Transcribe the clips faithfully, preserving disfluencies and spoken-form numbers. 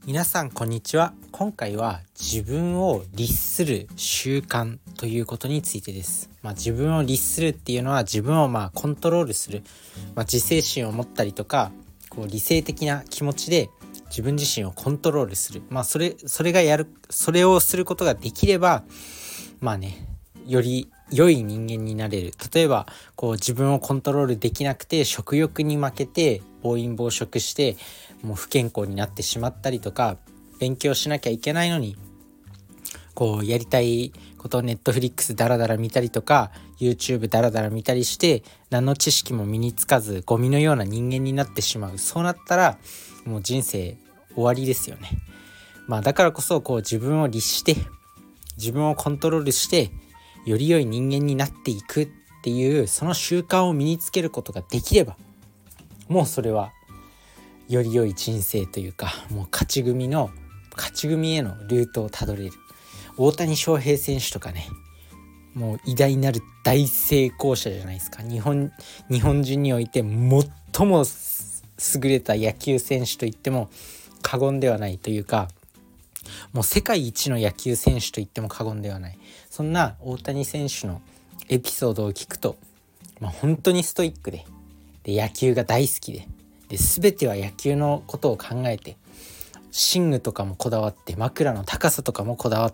皆さんこんにちは。今回は自分を律する習慣ということについてです。まあ、自分を律するっていうのは自分をまあコントロールする、まあ、自制心を持ったりとかこう理性的な気持ちで自分自身をコントロールする、まあ、それそれがやるそれをすることができればまあねより良い人間になれる。例えばこう自分をコントロールできなくて食欲に負けて暴飲暴食してもう不健康になってしまったりとか、勉強しなきゃいけないのにこうやりたいことをネットフリックスダラダラ見たりとか YouTube ダラダラ見たりして何の知識も身につかずゴミのような人間になってしまう。そうなったらもう人生終わりですよね。まあだからこそこう自分を律して自分をコントロールしてより良い人間になっていくっていうその習慣を身につけることができればもうそれはより良い人生というかもう勝ち組の勝ち組へのルートをたどれる。大谷翔平選手とかね、もう偉大なる大成功者じゃないですか。日本日本人において最も優れた野球選手と言っても過言ではないというか、もう世界一の野球選手と言っても過言ではない。そんな大谷選手のエピソードを聞くと、まあ、本当にストイックで、で野球が大好きで、で全ては野球のことを考えて、寝具とかもこだわって、枕の高さとかもこだわって、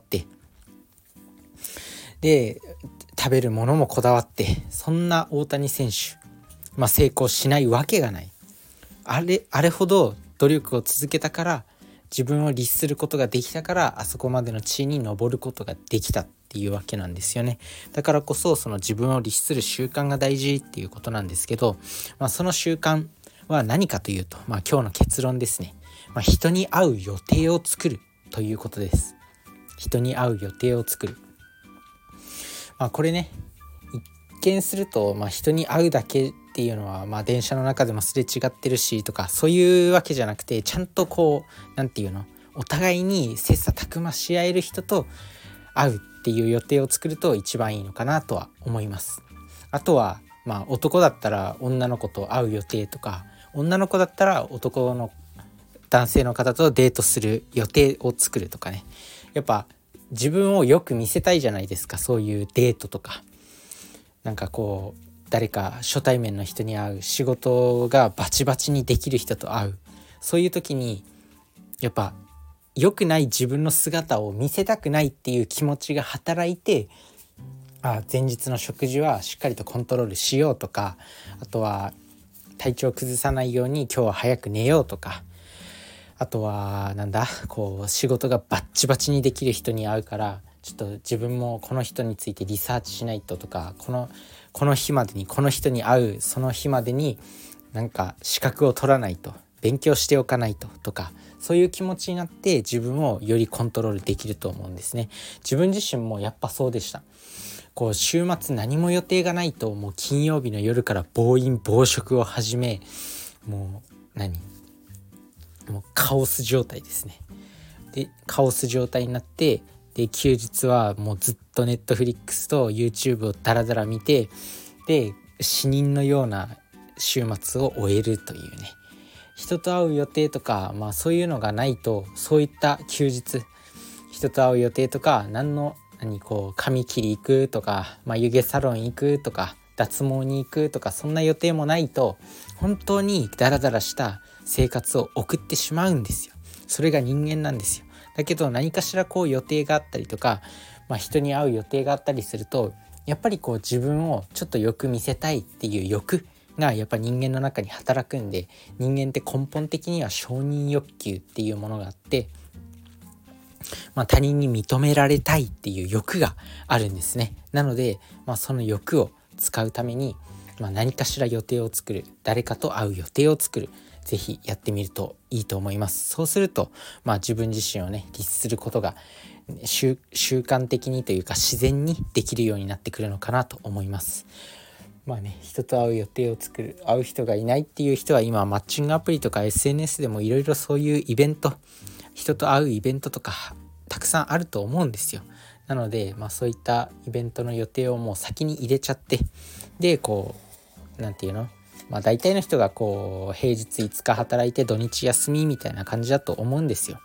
で食べるものもこだわって、そんな大谷選手、まあ、成功しないわけがない。あれあれほど努力を続けたから、自分を律することができたから、あそこまでの地位に上ることができたっていうわけなんですよね。だからこそその自分を律する習慣が大事っていうことなんですけど、まあ、その習慣は何かというと、まあ、今日の結論ですね。まあ、人に会う予定を作るということです。人に会う予定を作る。まあ、これね、一見すると、まあ、人に会うだけっていうのは、まあ、電車の中でもすれ違ってるしとか、そういうわけじゃなくて、ちゃんとこうなんていうの、お互いに切磋琢磨し合える人と会うっていう予定を作ると一番いいのかなとは思います。あとはまあ男だったら女の子と会う予定とか、女の子だったら男の男性の方とデートする予定を作るとかね。やっぱ自分をよく見せたいじゃないですか。そういうデートとか、なんかこう誰か初対面の人に会う、仕事がバチバチにできる人と会う、そういう時にやっぱ良くない自分の姿を見せたくないっていう気持ちが働いて、あ前日の食事はしっかりとコントロールしようとか、あとは体調を崩さないように今日は早く寝ようとか、あとはなんだこう仕事がバッチバチにできる人に会うからちょっと自分もこの人についてリサーチしないととか、このこの日までにこの人に会うその日までになんか資格を取らないと、勉強しておかないととか、そういう気持ちになって自分をよりコントロールできると思うんですね。自分自身もやっぱそうでした。こう週末何も予定がないと、もう金曜日の夜から暴飲暴食を始め、もう何もうカオス状態ですね。でカオス状態になって、で休日はもうずっとネットフリックスと YouTube をダラダラ見て、で死人のような週末を終えるというね。人と会う予定とか、まあそういうのがないと、そういった休日、人と会う予定とか、何の何こう髪切り行くとか、眉毛サロン行くとか、脱毛に行くとか、そんな予定もないと本当にダラダラした生活を送ってしまうんですよ。それが人間なんですよ。だけど何かしらこう予定があったりとか、まあ、人に会う予定があったりすると、やっぱりこう自分をちょっとよく見せたいっていう欲がやっぱ人間の中に働くんで、人間って根本的には承認欲求っていうものがあって、まあ、他人に認められたいっていう欲があるんですね。なので、まあ、その欲を使うために、まあ、何かしら予定を作る、誰かと会う予定を作る、ぜひやってみるといいと思います。そうすると、まあ、自分自身をね律することが習慣的にというか自然にできるようになってくるのかなと思います。まあね、人と会う予定を作る、会う人がいないっていう人は今マッチングアプリとか エスエヌエス でもいろいろそういうイベント、人と会うイベントとかたくさんあると思うんですよ。なので、まあ、そういったイベントの予定をもう先に入れちゃって、でこうなんていうの、まあ、大体の人がこう平日いつか働いて土日休みみたいな感じだと思うんですよ。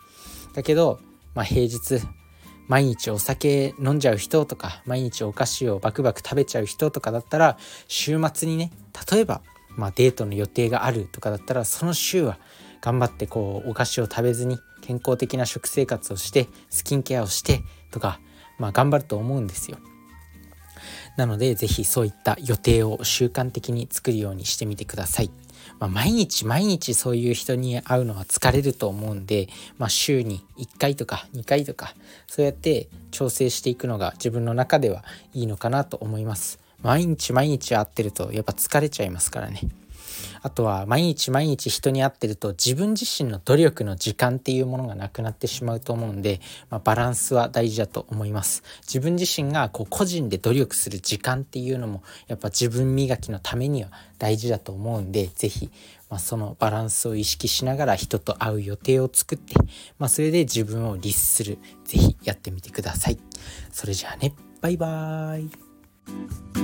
だけど、まあ、平日毎日お酒飲んじゃう人とか、毎日お菓子をバクバク食べちゃう人とかだったら、週末にね、例えば、まあ、デートの予定があるとかだったら、その週は頑張ってこうお菓子を食べずに健康的な食生活をして、スキンケアをしてとか、まあ、頑張ると思うんですよ。なのでぜひそういった予定を習慣的に作るようにしてみてください。まあ、毎日毎日そういう人に会うのは疲れると思うんで、まあ、週にいっかいとかにかいとかそうやって調整していくのが自分の中ではいいのかなと思います。毎日毎日会ってるとやっぱ疲れちゃいますからね。あとは毎日毎日人に会ってると自分自身の努力の時間っていうものがなくなってしまうと思うんで、まあ、バランスは大事だと思います。自分自身がこう個人で努力する時間っていうのもやっぱ自分磨きのためには大事だと思うんで、ぜひ、まあ、そのバランスを意識しながら人と会う予定を作って、まあ、それで自分を律する、ぜひやってみてください。それじゃあね、バイバーイ。